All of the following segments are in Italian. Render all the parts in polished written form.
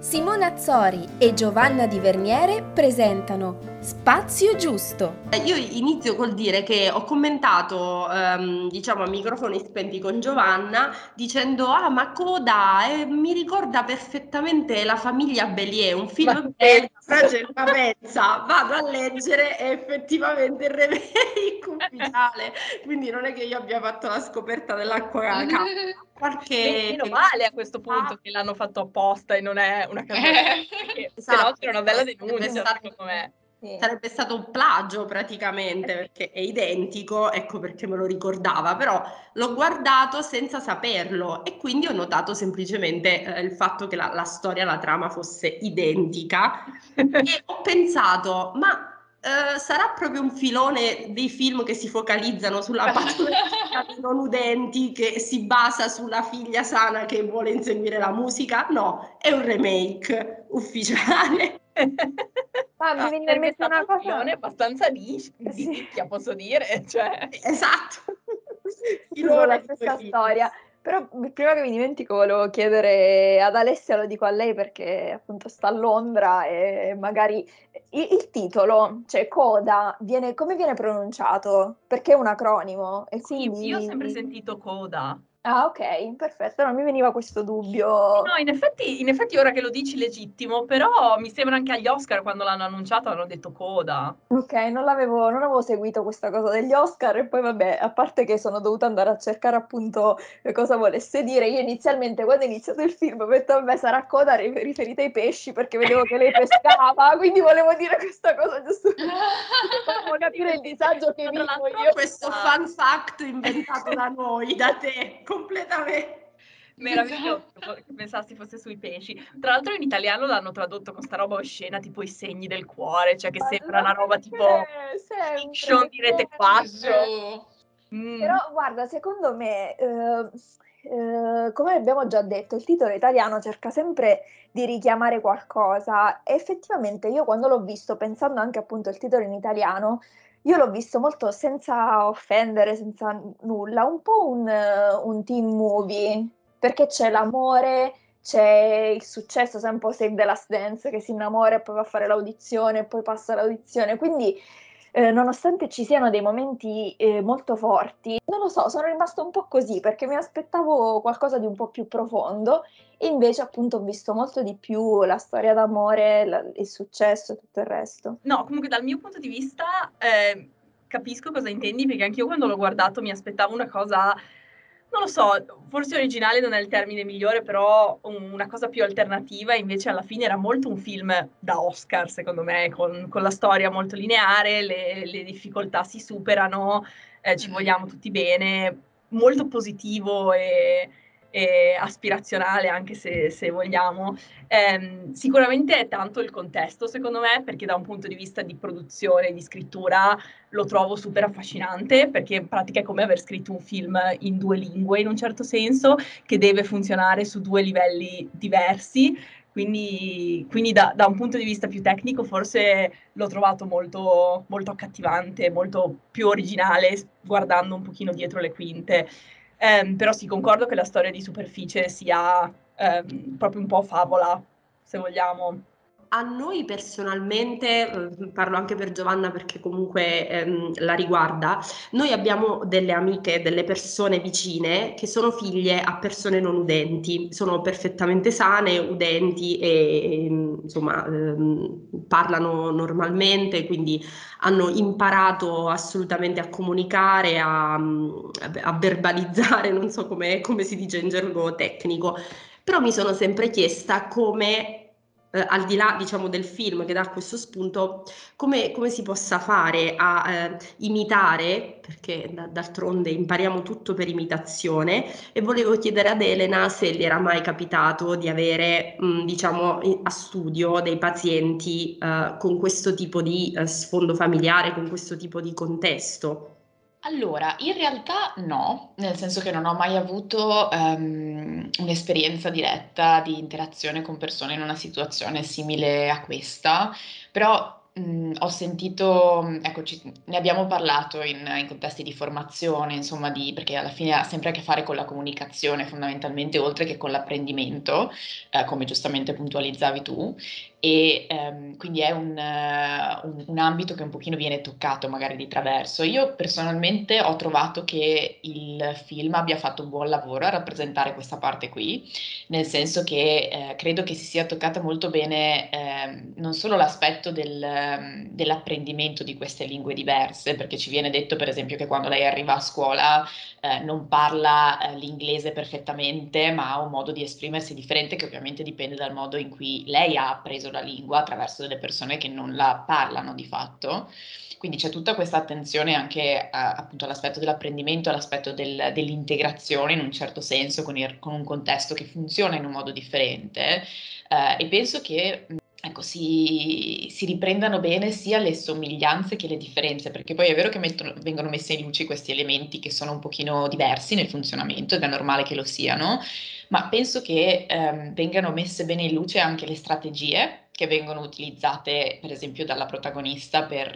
Simona Azzori e Giovanna Di Verniere presentano Spazio Giusto. Io inizio col dire che ho commentato, diciamo, a microfoni spenti con Giovanna dicendo: Ah, ma Coda mi ricorda perfettamente La famiglia Bélier, un film belga, Francesca Pezza. Vado a leggere e effettivamente il remake ufficiale. Quindi non è che io abbia fatto la scoperta dell'acqua calda. Meno male a questo punto che l'hanno fatto apposta e non è una casualità, perché se no c'era una bella denuncia, secondo me. Sarebbe stato un plagio praticamente perché è identico, ecco perché me lo ricordava, però l'ho guardato senza saperlo e quindi ho notato semplicemente il fatto che la storia, la trama fosse identica e ho pensato, ma sarà proprio un filone dei film che si focalizzano sulla patologia dei non udenti che si basa sulla figlia sana che vuole inseguire la musica? No, è un remake ufficiale. Mi viene in Sarebbe mente stato una un cosa. filone abbastanza di nicchia, posso dire. Cioè. Esatto. Con la stessa storia. Però prima che mi dimentico volevo chiedere ad Alessia, lo dico a lei perché appunto sta a Londra e magari il titolo, cioè Coda, come viene pronunciato? Perché è un acronimo e Sì, quindi... io ho sempre sentito Coda. Ah, ok, perfetto, non mi veniva questo dubbio. No, in effetti ora che lo dici legittimo, però mi sembra anche agli Oscar quando l'hanno annunciato hanno detto Coda. Ok, non avevo seguito questa cosa degli Oscar e poi vabbè, a parte che sono dovuta andare a cercare appunto cosa volesse dire, io inizialmente quando è iniziato il film ho detto vabbè sarà coda riferita ai pesci perché vedevo che lei pescava, quindi volevo dire questa cosa giusto per farvi capire il disagio che Tra vivo l'altro io. Questo fun fact inventato da noi, da te, completamente. Meraviglioso che pensassi fosse sui pesci. Tra l'altro in italiano l'hanno tradotto con sta roba oscena, tipo i segni del cuore, cioè che sembra una roba tipo fiction di Rete 4. Però guarda, secondo me, come abbiamo già detto, il titolo italiano cerca sempre di richiamare qualcosa e effettivamente io quando l'ho visto, pensando anche appunto al titolo in italiano, io l'ho visto molto senza offendere, senza nulla, un po' un teen movie, perché c'è l'amore, c'è il successo, sai un po' Save the Last Dance, che si innamora e poi va a fare l'audizione e poi passa l'audizione, quindi nonostante ci siano dei momenti molto forti, non lo so, sono rimasta un po' così perché mi aspettavo qualcosa di un po' più profondo e invece appunto ho visto molto di più la storia d'amore, il successo e tutto il resto. No, comunque dal mio punto di vista capisco cosa intendi, perché anch'io quando l'ho guardato mi aspettavo una cosa, non lo so, forse originale non è il termine migliore, però una cosa più alternativa, invece alla fine era molto un film da Oscar, secondo me, con la storia molto lineare, le difficoltà si superano, ci vogliamo tutti bene, molto positivo e aspirazionale, anche se vogliamo. Sicuramente è tanto il contesto, secondo me, perché da un punto di vista di produzione, di scrittura, lo trovo super affascinante, perché in pratica è come aver scritto un film in due lingue, in un certo senso, che deve funzionare su due livelli diversi. Quindi da un punto di vista più tecnico forse l'ho trovato molto, molto accattivante, molto più originale, guardando un pochino dietro le quinte. Però sì, concordo che la storia di superficie sia proprio un po' favola, se vogliamo. A noi personalmente, parlo anche per Giovanna perché comunque la riguarda, noi abbiamo delle amiche, delle persone vicine che sono figlie a persone non udenti, sono perfettamente sane, udenti e insomma parlano normalmente, quindi hanno imparato assolutamente a comunicare, a verbalizzare, non so come si dice in gergo tecnico, però mi sono sempre chiesta come al di là, diciamo, del film che dà questo spunto, come si possa fare a imitare, perché d'altronde impariamo tutto per imitazione, e volevo chiedere ad Elena se le era mai capitato di avere, diciamo, a studio dei pazienti con questo tipo di sfondo familiare, con questo tipo di contesto. Allora, in realtà no, nel senso che non ho mai avuto un'esperienza diretta di interazione con persone in una situazione simile a questa, però ho sentito, ecco, ne abbiamo parlato in contesti di formazione, insomma, perché alla fine ha sempre a che fare con la comunicazione fondamentalmente, oltre che con l'apprendimento, come giustamente puntualizzavi tu, e quindi è un ambito che un pochino viene toccato magari di traverso. Io personalmente ho trovato che il film abbia fatto un buon lavoro a rappresentare questa parte qui, nel senso che credo che si sia toccata molto bene non solo l'aspetto dell'apprendimento di queste lingue diverse, perché ci viene detto per esempio che quando lei arriva a scuola non parla l'inglese perfettamente, ma ha un modo di esprimersi differente che ovviamente dipende dal modo in cui lei ha appreso la lingua attraverso delle persone che non la parlano di fatto. Quindi c'è tutta questa attenzione anche appunto all'aspetto dell'apprendimento, all'aspetto dell'integrazione in un certo senso con un contesto che funziona in un modo differente. E penso che ecco, si riprendano bene sia le somiglianze che le differenze, perché poi è vero che vengono messi in luce questi elementi che sono un pochino diversi nel funzionamento ed è normale che lo siano, ma penso che vengano messe bene in luce anche le strategie che vengono utilizzate, per esempio, dalla protagonista per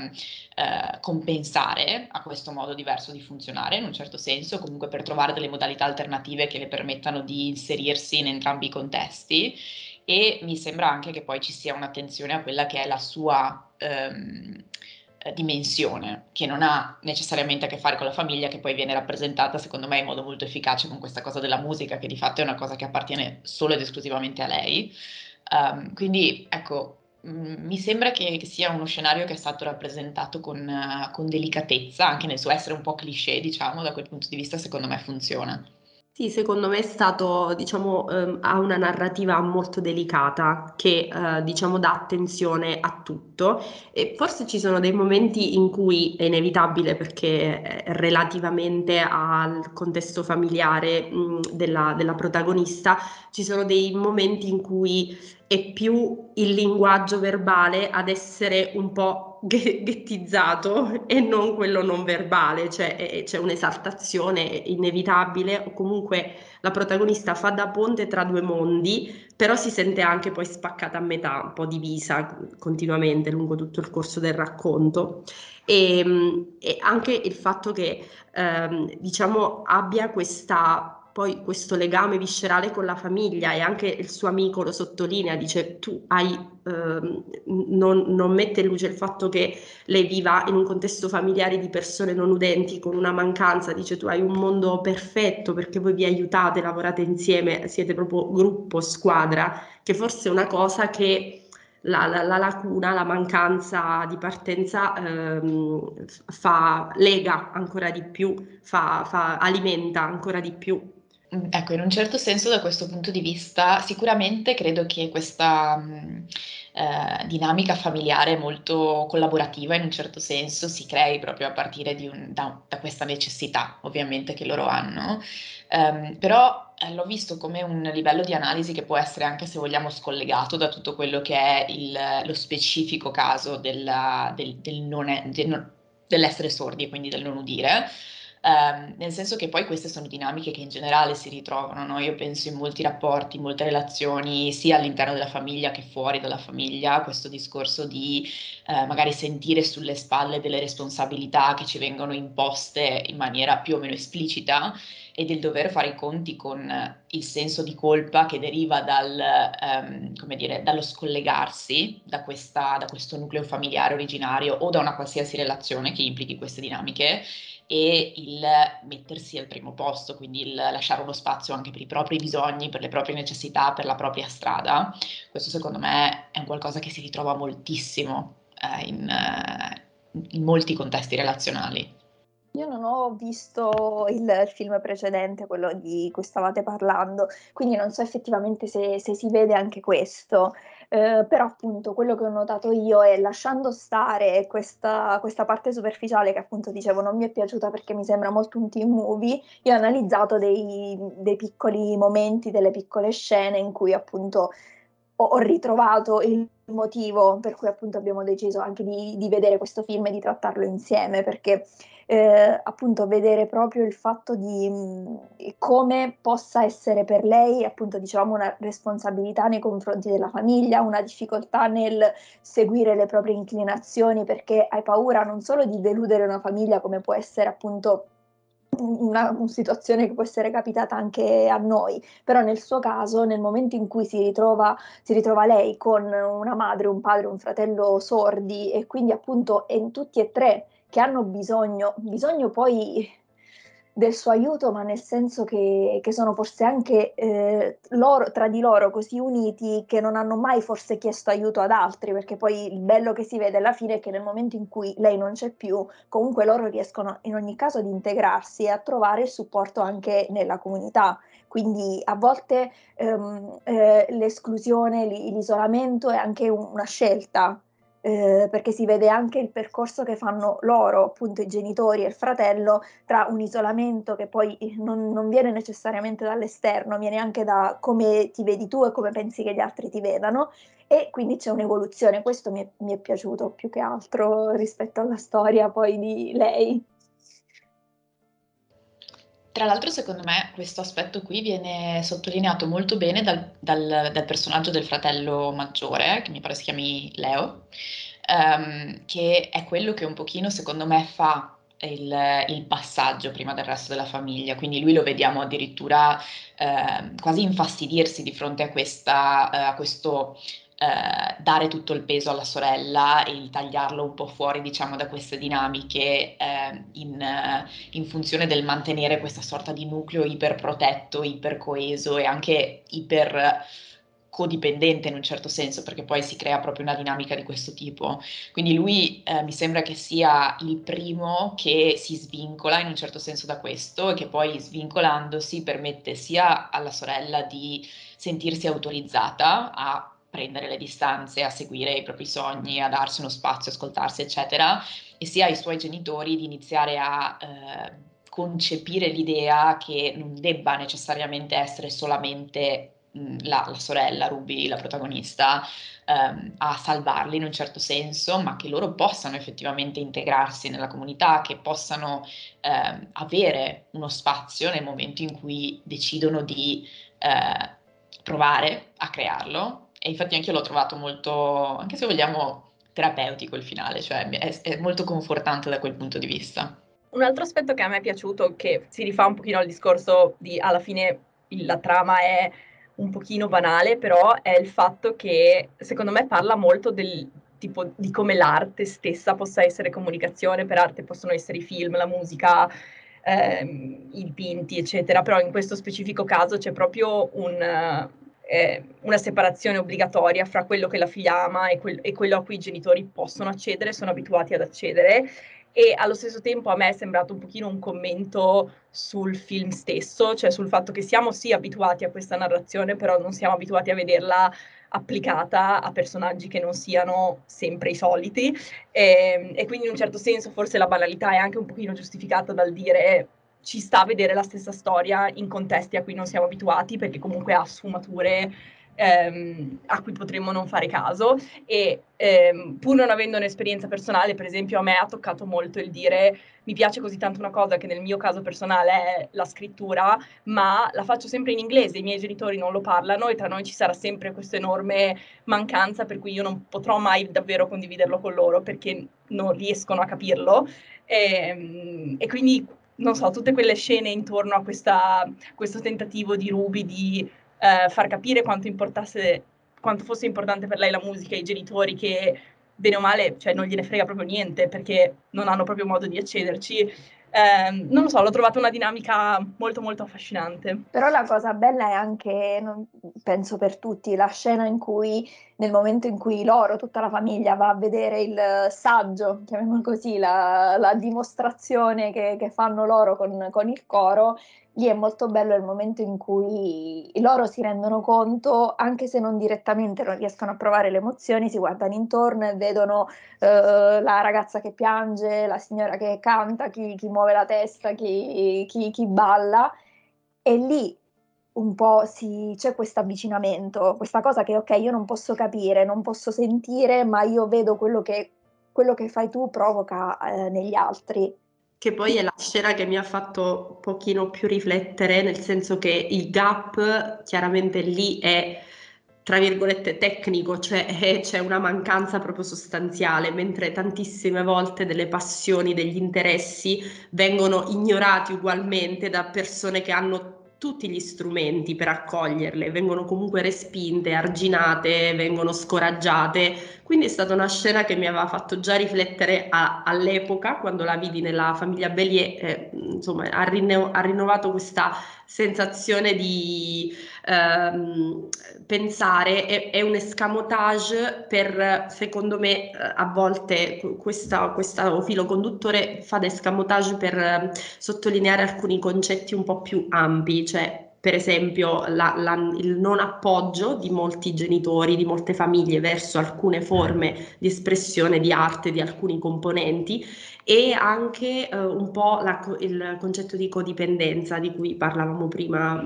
compensare a questo modo diverso di funzionare, in un certo senso, comunque per trovare delle modalità alternative che le permettano di inserirsi in entrambi i contesti. E mi sembra anche che poi ci sia un'attenzione a quella che è la sua dimensione, che non ha necessariamente a che fare con la famiglia, che poi viene rappresentata secondo me in modo molto efficace con questa cosa della musica, che di fatto è una cosa che appartiene solo ed esclusivamente a lei. Quindi ecco, mi sembra che sia uno scenario che è stato rappresentato con delicatezza, anche nel suo essere un po' cliché, diciamo, da quel punto di vista secondo me funziona. Sì, secondo me è stato, diciamo, ha una narrativa molto delicata che, diciamo, dà attenzione a tutto e forse ci sono dei momenti in cui è inevitabile perché relativamente al contesto familiare, della protagonista, ci sono dei momenti in cui è più il linguaggio verbale ad essere un po' ghettizzato e non quello non verbale, cioè c'è un'esaltazione inevitabile o comunque la protagonista fa da ponte tra due mondi, però si sente anche poi spaccata a metà, un po' divisa continuamente lungo tutto il corso del racconto. E anche il fatto che diciamo abbia poi questo legame viscerale con la famiglia e anche il suo amico lo sottolinea, dice tu non mette in luce il fatto che lei viva in un contesto familiare di persone non udenti con una mancanza, dice tu hai un mondo perfetto perché voi vi aiutate, lavorate insieme, siete proprio gruppo, squadra, che forse è una cosa che la lacuna, la mancanza di partenza lega ancora di più, alimenta ancora di più. Ecco, in un certo senso da questo punto di vista, sicuramente credo che questa dinamica familiare molto collaborativa in un certo senso si crei proprio a partire da questa necessità, ovviamente, che loro hanno. Però l'ho visto come un livello di analisi che può essere anche, se vogliamo, scollegato da tutto quello che è lo specifico caso dell'essere sordi e quindi del non udire. Nel senso che poi queste sono dinamiche che in generale si ritrovano, no? Io penso in molti rapporti, in molte relazioni, sia all'interno della famiglia che fuori dalla famiglia, questo discorso di magari sentire sulle spalle delle responsabilità che ci vengono imposte in maniera più o meno esplicita e del dover fare i conti con il senso di colpa che deriva come dire, dallo scollegarsi da questo nucleo familiare originario o da una qualsiasi relazione che implichi queste dinamiche e il mettersi al primo posto, quindi il lasciare uno spazio anche per i propri bisogni, per le proprie necessità, per la propria strada. Questo secondo me è un qualcosa che si ritrova moltissimo in molti contesti relazionali. Io non ho visto il film precedente, quello di cui stavate parlando, quindi non so effettivamente se si vede anche questo. Però appunto quello che ho notato io è lasciando stare questa parte superficiale che appunto dicevo non mi è piaciuta perché mi sembra molto un teen movie, io ho analizzato dei piccoli momenti, delle piccole scene in cui appunto ho ritrovato il motivo per cui appunto abbiamo deciso anche di vedere questo film e di trattarlo insieme, perché appunto vedere proprio il fatto di come possa essere per lei, appunto diciamo, una responsabilità nei confronti della famiglia, una difficoltà nel seguire le proprie inclinazioni, perché hai paura non solo di deludere una famiglia, come può essere appunto una situazione che può essere capitata anche a noi, però nel suo caso, nel momento in cui si ritrova lei con una madre, un padre, un fratello sordi, e quindi appunto tutti e tre che hanno bisogno poi del suo aiuto, ma nel senso che sono forse anche loro, tra di loro così uniti che non hanno mai forse chiesto aiuto ad altri, perché poi il bello che si vede alla fine è che nel momento in cui lei non c'è più, comunque loro riescono in ogni caso ad integrarsi e a trovare il supporto anche nella comunità. Quindi a volte l'esclusione, l'isolamento è anche una scelta, perché si vede anche il percorso che fanno loro, appunto i genitori e il fratello, tra un isolamento che poi non viene necessariamente dall'esterno, viene anche da come ti vedi tu e come pensi che gli altri ti vedano, e quindi c'è un'evoluzione. Questo mi è piaciuto più che altro rispetto alla storia poi di lei. Tra l'altro, secondo me, questo aspetto qui viene sottolineato molto bene dal personaggio del fratello maggiore, che mi pare si chiami Leo, che è quello che un pochino, secondo me, fa il passaggio prima del resto della famiglia. Quindi lui lo vediamo addirittura quasi infastidirsi di fronte a questo dare tutto il peso alla sorella e il tagliarlo un po' fuori, diciamo, da queste dinamiche in funzione del mantenere questa sorta di nucleo iperprotetto, ipercoeso e anche iper codipendente in un certo senso, perché poi si crea proprio una dinamica di questo tipo. Quindi lui mi sembra che sia il primo che si svincola in un certo senso da questo e che poi svincolandosi permette sia alla sorella di sentirsi autorizzata a prendere le distanze, a seguire i propri sogni, a darsi uno spazio, ascoltarsi, eccetera, e sia ai suoi genitori di iniziare a concepire l'idea che non debba necessariamente essere solamente la sorella Ruby, la protagonista, a salvarli in un certo senso, ma che loro possano effettivamente integrarsi nella comunità, che possano avere uno spazio nel momento in cui decidono di provare a crearlo. E infatti anche io l'ho trovato molto, anche se vogliamo, terapeutico il finale, cioè è molto confortante da quel punto di vista. Un altro aspetto che a me è piaciuto, che si rifà un pochino al discorso di alla fine la trama è un pochino banale, però è il fatto che secondo me parla molto del tipo di come l'arte stessa possa essere comunicazione. Per arte possono essere i film, la musica, i dipinti, eccetera, però in questo specifico caso c'è proprio una separazione obbligatoria fra quello che la figlia ama e quello a cui i genitori possono accedere, sono abituati ad accedere, e allo stesso tempo a me è sembrato un pochino un commento sul film stesso, cioè sul fatto che siamo sì abituati a questa narrazione, però non siamo abituati a vederla applicata a personaggi che non siano sempre i soliti, e quindi in un certo senso forse la banalità è anche un pochino giustificata dal dire ci sta a vedere la stessa storia in contesti a cui non siamo abituati, perché comunque ha sfumature a cui potremmo non fare caso, e pur non avendo un'esperienza personale, per esempio a me ha toccato molto il dire mi piace così tanto una cosa che nel mio caso personale è la scrittura, ma la faccio sempre in inglese, i miei genitori non lo parlano e tra noi ci sarà sempre questa enorme mancanza per cui io non potrò mai davvero condividerlo con loro perché non riescono a capirlo, e quindi non so, tutte quelle scene intorno a questo tentativo di Ruby di far capire quanto fosse importante per lei la musica, i genitori che bene o male, cioè non gliene frega proprio niente perché non hanno proprio modo di accederci. Non lo so, l'ho trovata una dinamica molto molto affascinante. Però la cosa bella è anche, penso per tutti, la scena in cui, nel momento in cui loro, tutta la famiglia, va a vedere il saggio, chiamiamolo così, la dimostrazione che fanno loro con il coro, lì è molto bello il momento in cui loro si rendono conto, anche se non direttamente non riescono a provare le emozioni, si guardano intorno e vedono la ragazza che piange, la signora che canta, chi muove la testa, chi balla. E lì un po' c'è questo avvicinamento, questa cosa che ok, io non posso capire, non posso sentire, ma io vedo quello che fai tu provoca negli altri. Che poi è la scena che mi ha fatto un pochino più riflettere, nel senso che il gap chiaramente lì è, tra virgolette, tecnico, cioè c'è una mancanza proprio sostanziale, mentre tantissime volte delle passioni, degli interessi vengono ignorati ugualmente da persone che hanno tutti gli strumenti per accoglierle, vengono comunque respinte, arginate, vengono scoraggiate. Quindi è stata una scena che mi aveva fatto già riflettere all'epoca, quando la vidi nella famiglia Bélier, insomma, ha rinnovato questa sensazione di pensare, è un escamotage per, secondo me, a volte questo filo conduttore fa da escamotage per sottolineare alcuni concetti un po' più ampi, cioè per esempio il non appoggio di molti genitori, di molte famiglie verso alcune forme di espressione di arte di alcuni componenti, e anche un po' il concetto di codipendenza di cui parlavamo prima,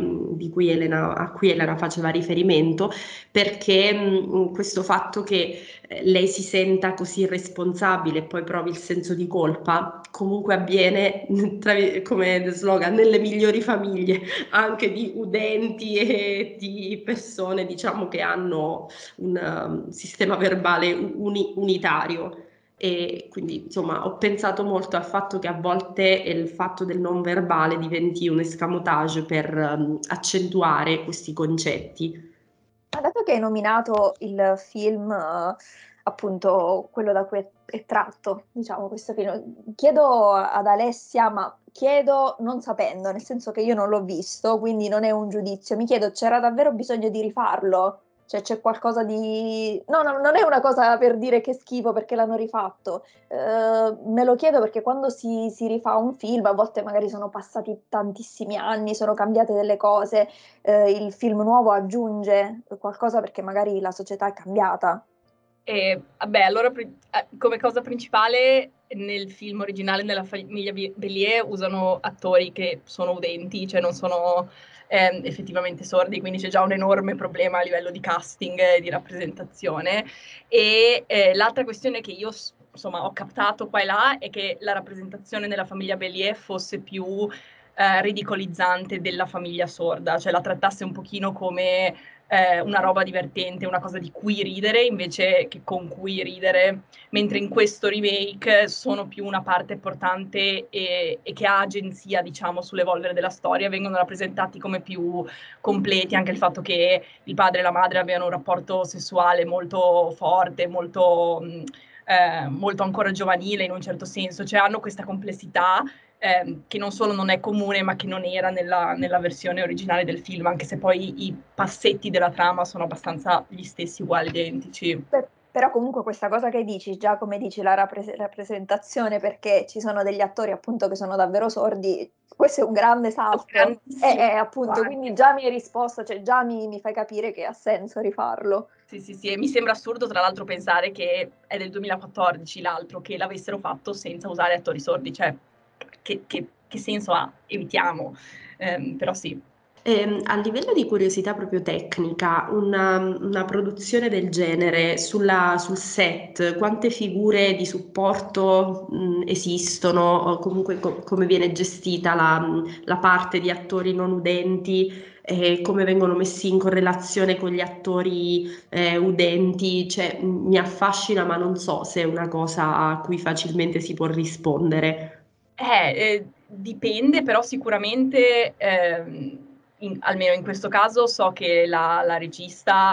a cui Elena faceva riferimento, perché questo fatto che lei si senta così responsabile e poi provi il senso di colpa, comunque avviene come slogan nelle migliori famiglie, anche di udenti e di persone, diciamo, che hanno un sistema verbale unitario. E quindi, insomma, ho pensato molto al fatto che a volte il fatto del non verbale diventi un escamotage per accentuare questi concetti. Ma dato che hai nominato il film, appunto quello da cui è tratto, diciamo, questo film, chiedo ad Alessia, ma chiedo non sapendo, nel senso che io non l'ho visto, quindi non è un giudizio, mi chiedo, c'era davvero bisogno di rifarlo? Cioè c'è qualcosa di... No, no, non è una cosa per dire che schifo perché l'hanno rifatto. Me lo chiedo perché quando si rifà un film, a volte magari sono passati tantissimi anni, sono cambiate delle cose, il film nuovo aggiunge qualcosa perché magari la società è cambiata. E vabbè, allora come cosa principale nel film originale, nella famiglia Bélier, usano attori che sono udenti, cioè non sono effettivamente sordi, quindi c'è già un enorme problema a livello di casting e di rappresentazione. E l'altra questione che io insomma ho captato qua e là è che la rappresentazione nella famiglia Bélier fosse più ridicolizzante della famiglia sorda, cioè la trattasse un pochino come una roba divertente, una cosa di cui ridere invece che con cui ridere, mentre in questo remake sono più una parte importante e che ha agenzia, diciamo, sull'evolvere della storia, vengono rappresentati come più completi, anche il fatto che il padre e la madre abbiano un rapporto sessuale molto forte, molto ancora giovanile in un certo senso, cioè hanno questa complessità che non solo non è comune, ma che non era nella versione originale del film, anche se poi i passetti della trama sono abbastanza gli stessi, uguali, identici. Però comunque questa cosa che dici, già come dici la rappresentazione, perché ci sono degli attori appunto che sono davvero sordi, questo è un grande salto. E appunto, quindi già mi hai risposto, cioè già mi fai capire che ha senso rifarlo. Sì, sì, sì, e mi sembra assurdo tra l'altro pensare che è del 2014 l'altro, che l'avessero fatto senza usare attori sordi, cioè che senso ha? Evitiamo. Però sì. A livello di curiosità proprio tecnica, una produzione del genere sul set, quante figure di supporto esistono, o comunque come viene gestita la parte di attori non udenti, e come vengono messi in correlazione con gli attori udenti, cioè mi affascina, ma non so se è una cosa a cui facilmente si può rispondere. Dipende, però sicuramente, almeno in questo caso, so che la regista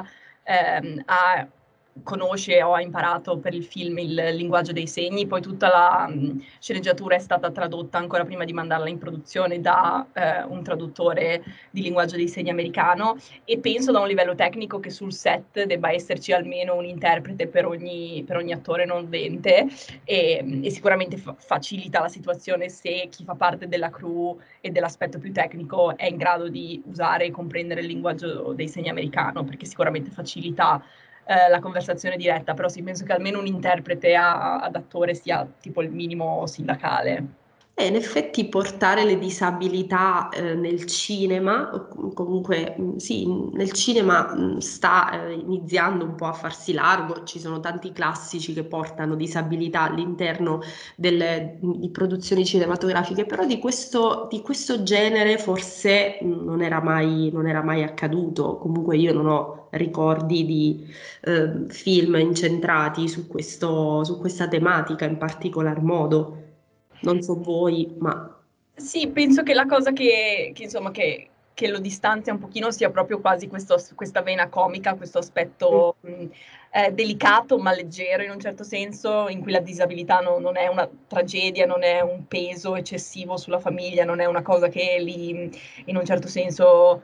conosce o ha imparato per il film il linguaggio dei segni, poi tutta la sceneggiatura è stata tradotta ancora prima di mandarla in produzione da un traduttore di linguaggio dei segni americano, e penso da un livello tecnico che sul set debba esserci almeno un interprete per ogni attore non udente, e sicuramente facilita la situazione se chi fa parte della crew e dell'aspetto più tecnico è in grado di usare e comprendere il linguaggio dei segni americano, perché sicuramente facilita la conversazione diretta, però sì, penso che almeno un interprete ad attore sia tipo il minimo sindacale. In effetti portare le disabilità nel cinema, comunque sì, nel cinema sta iniziando un po' a farsi largo, ci sono tanti classici che portano disabilità all'interno di produzioni cinematografiche, però di questo genere forse non era mai accaduto, comunque io non ho ricordi di film incentrati su questa tematica in particolar modo. Non so voi, ma Sì, penso che la cosa insomma, che lo distanzia un pochino sia proprio quasi questa vena comica, questo aspetto delicato ma leggero in un certo senso, in cui la disabilità non è una tragedia, non è un peso eccessivo sulla famiglia, non è una cosa che li, in un certo senso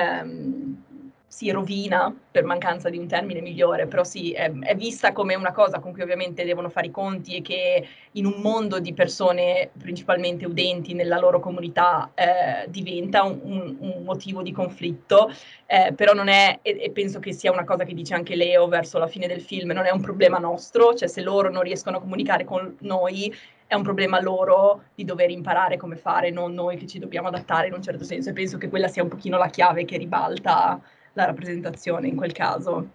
si rovina, per mancanza di un termine migliore, però sì, è vista come una cosa con cui ovviamente devono fare i conti e che in un mondo di persone principalmente udenti nella loro comunità diventa un motivo di conflitto, però non è, e penso che sia una cosa che dice anche Leo verso la fine del film, non è un problema nostro, cioè se loro non riescono a comunicare con noi è un problema loro di dover imparare come fare, non noi che ci dobbiamo adattare in un certo senso, e penso che quella sia un pochino la chiave che ribalta la rappresentazione in quel caso.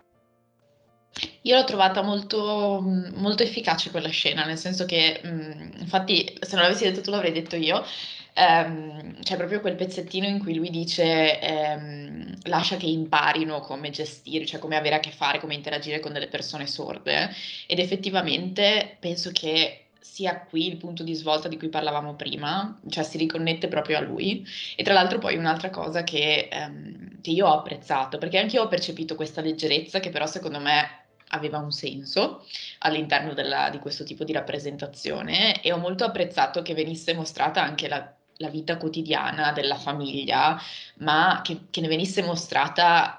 Io l'ho trovata molto efficace quella scena, nel senso che, infatti, se non l'avessi detto tu l'avrei detto io, c'è proprio quel pezzettino in cui lui dice, lascia che imparino come gestire, cioè come avere a che fare, come interagire con delle persone sorde, ed effettivamente penso che sia qui il punto di svolta di cui parlavamo prima, cioè si riconnette proprio a lui. E tra l'altro poi un'altra cosa che io ho apprezzato, perché anche io ho percepito questa leggerezza che però secondo me aveva un senso all'interno di questo tipo di rappresentazione, e ho molto apprezzato che venisse mostrata anche la vita quotidiana della famiglia, ma che ne venisse mostrata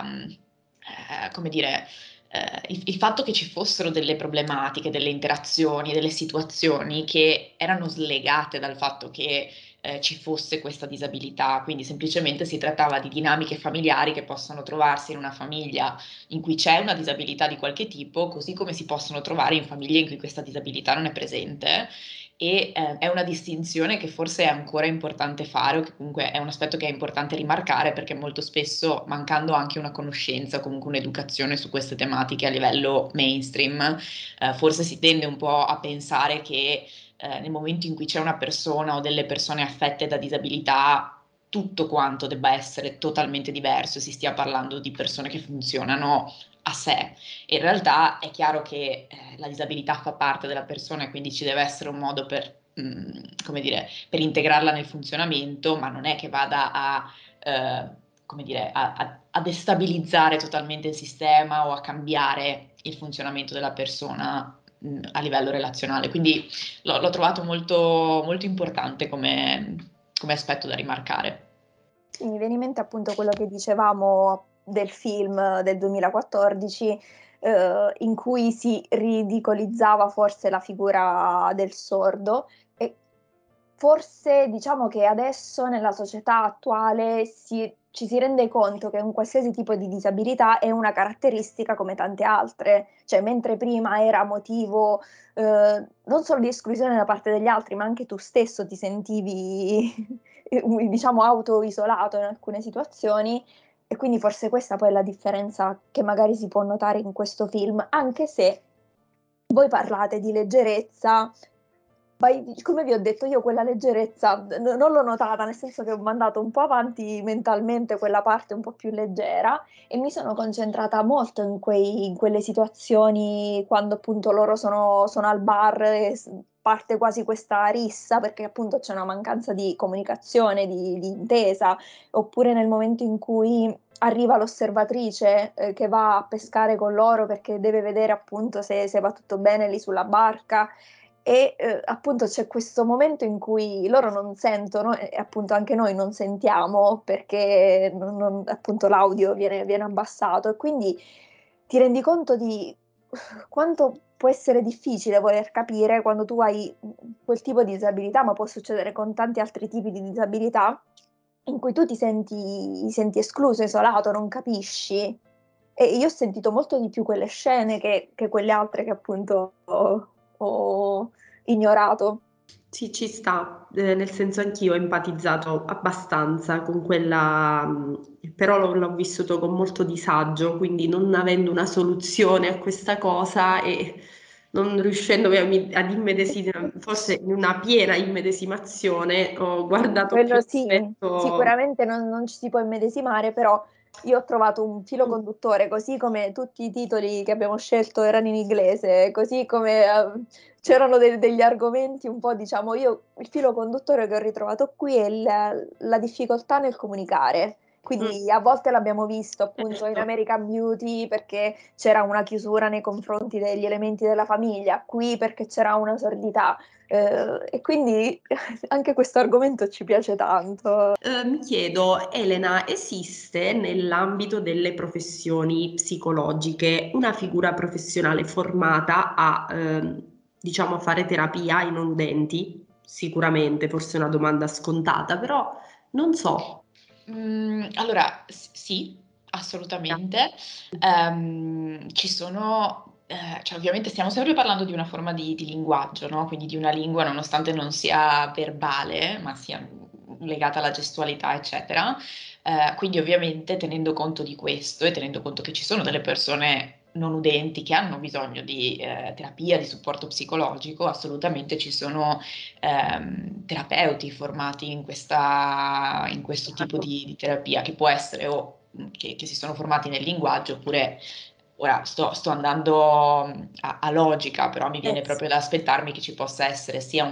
come dire, il fatto che ci fossero delle problematiche, delle interazioni, delle situazioni che erano slegate dal fatto che ci fosse questa disabilità, quindi semplicemente si trattava di dinamiche familiari che possono trovarsi in una famiglia in cui c'è una disabilità di qualche tipo, così come si possono trovare in famiglie in cui questa disabilità non è presente. E è una distinzione che forse è ancora importante fare, o che comunque è un aspetto che è importante rimarcare, perché molto spesso, mancando anche una conoscenza, comunque un'educazione su queste tematiche a livello mainstream, forse si tende un po' a pensare che nel momento in cui c'è una persona o delle persone affette da disabilità, tutto quanto debba essere totalmente diverso e si stia parlando di persone che funzionano a sé. E in realtà è chiaro che la disabilità fa parte della persona e quindi ci deve essere un modo per, come dire, per integrarla nel funzionamento, ma non è che vada come dire, a destabilizzare totalmente il sistema o a cambiare il funzionamento della persona a livello relazionale. Quindi l'ho trovato molto importante come aspetto da rimarcare. Sì, mi viene in mente appunto quello che dicevamo del film del 2014, in cui si ridicolizzava forse la figura del sordo, e forse diciamo che adesso nella società attuale ci si rende conto che un qualsiasi tipo di disabilità è una caratteristica come tante altre, cioè mentre prima era motivo non solo di esclusione da parte degli altri, ma anche tu stesso ti sentivi diciamo auto-isolato in alcune situazioni, e quindi forse questa poi è la differenza che magari si può notare in questo film, anche se voi parlate di leggerezza. Come vi ho detto, io quella leggerezza non l'ho notata, nel senso che ho mandato un po' avanti mentalmente quella parte un po' più leggera e mi sono concentrata molto in quelle situazioni quando appunto loro sono al bar e parte quasi questa rissa perché appunto c'è una mancanza di comunicazione, di intesa, oppure nel momento in cui arriva l'osservatrice che va a pescare con loro perché deve vedere appunto se va tutto bene lì sulla barca. E appunto c'è questo momento in cui loro non sentono e appunto anche noi non sentiamo perché appunto l'audio viene abbassato, e quindi ti rendi conto di quanto può essere difficile voler capire quando tu hai quel tipo di disabilità, ma può succedere con tanti altri tipi di disabilità, in cui tu ti senti escluso, isolato, non capisci. E io ho sentito molto di più quelle scene che quelle altre che appunto ho ignorato. Sì, ci sta, nel senso anch'io ho empatizzato abbastanza con quella, però l'ho vissuto con molto disagio, quindi non avendo una soluzione a questa cosa e non riuscendomi ad immedesimare, forse in una piena immedesimazione, ho guardato più Quello sì, l'aspetto. sicuramente non ci si può immedesimare, però io ho trovato un filo conduttore, così come tutti i titoli che abbiamo scelto erano in inglese, così come c'erano degli argomenti un po', diciamo, io il filo conduttore che ho ritrovato qui è la difficoltà nel comunicare. Mm, Quindi a volte l'abbiamo visto appunto in certo. American Beauty perché c'era una chiusura nei confronti degli elementi della famiglia, qui perché c'era una sordità. E quindi anche questo argomento ci piace tanto. Mi chiedo, Elena, esiste nell'ambito delle professioni psicologiche una figura professionale formata a, diciamo, a fare terapia ai non udenti? Sicuramente, forse è una domanda scontata, però non so. Allora, sì, assolutamente. Ci sono, cioè ovviamente stiamo sempre parlando di una forma di linguaggio, no? Quindi di una lingua, nonostante non sia verbale, ma sia legata alla gestualità, eccetera. Quindi ovviamente tenendo conto di questo e tenendo conto che ci sono delle persone non udenti che hanno bisogno di terapia, di supporto psicologico, assolutamente ci sono terapeuti formati in questo tipo di terapia, che può essere o che si sono formati nel linguaggio, oppure ora sto andando a logica, però mi viene Sì. proprio da aspettarmi che ci possa essere sia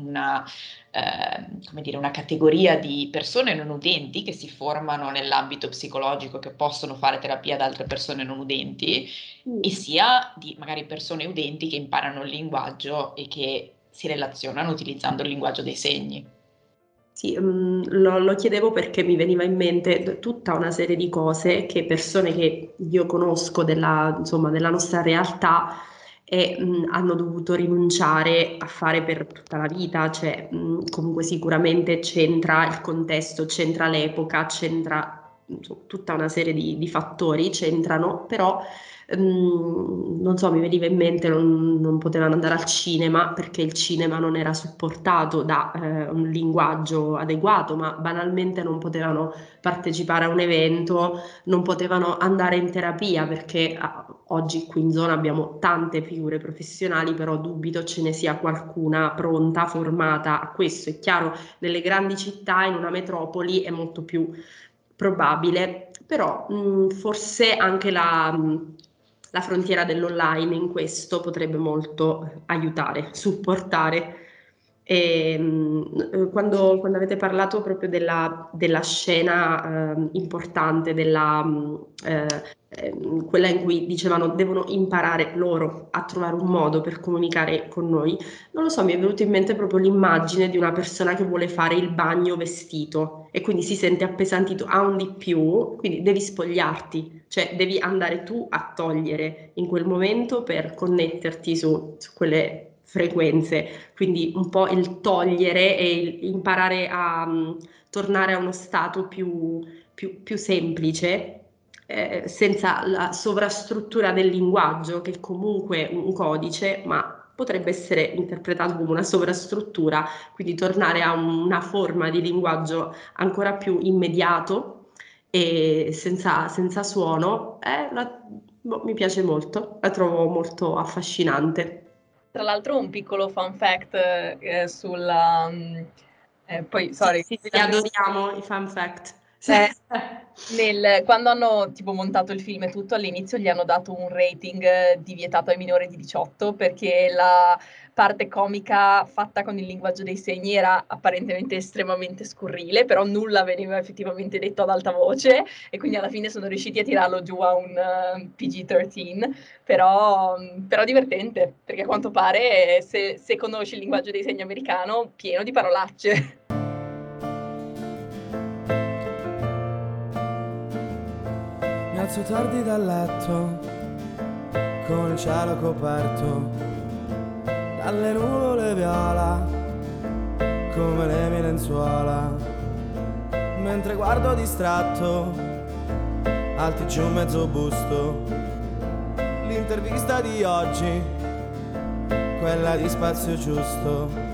come dire, una categoria di persone non udenti che si formano nell'ambito psicologico, che possono fare terapia ad altre persone non udenti, e Mm. sia di magari persone udenti che imparano il linguaggio e che si relazionano utilizzando il linguaggio dei segni. Sì, lo chiedevo perché mi veniva in mente tutta una serie di cose che persone che io conosco della, insomma, della nostra realtà e hanno dovuto rinunciare a fare per tutta la vita, cioè comunque sicuramente c'entra il contesto, c'entra l'epoca, c'entra insomma, tutta una serie di fattori, c'entrano, però non so, mi veniva in mente, non potevano andare al cinema perché il cinema non era supportato da un linguaggio adeguato, ma banalmente non potevano partecipare a un evento, non potevano andare in terapia perché oggi qui in zona abbiamo tante figure professionali, però dubito ce ne sia qualcuna pronta, formata a questo. È chiaro, nelle grandi città, in una metropoli è molto più probabile, però forse anche la frontiera dell'online in questo potrebbe molto aiutare, supportare. E, quando avete parlato proprio della scena importante, quella in cui dicevano devono imparare loro a trovare un modo per comunicare con noi, non lo so, mi è venuto in mente proprio l'immagine di una persona che vuole fare il bagno vestito e quindi si sente appesantito a un di più, quindi devi spogliarti, cioè devi andare tu a togliere in quel momento per connetterti su quelle frequenze, quindi un po' il togliere e imparare a tornare a uno stato più semplice. Senza la sovrastruttura del linguaggio, che è comunque un codice, ma potrebbe essere interpretato come una sovrastruttura, quindi tornare a una forma di linguaggio ancora più immediato e senza suono, mi piace molto, la trovo molto affascinante. Tra l'altro un piccolo fun fact sulla... poi, Sì, sorry, sì, sì, adoriamo i fun fact. eh, quando hanno tipo montato il film e tutto, all'inizio gli hanno dato un rating di vietato ai minori di 18 perché la parte comica fatta con il linguaggio dei segni era apparentemente estremamente scurrile, però nulla veniva effettivamente detto ad alta voce e quindi alla fine sono riusciti a tirarlo giù a un PG-13, però divertente, perché a quanto pare se conosci il linguaggio dei segni americano, pieno di parolacce. Mi alzo tardi dal letto, con il cielo coperto dalle nuvole viola, come le mie lenzuola, mentre guardo distratto, al TG mezzo busto, l'intervista di oggi, quella di Spazio Giusto.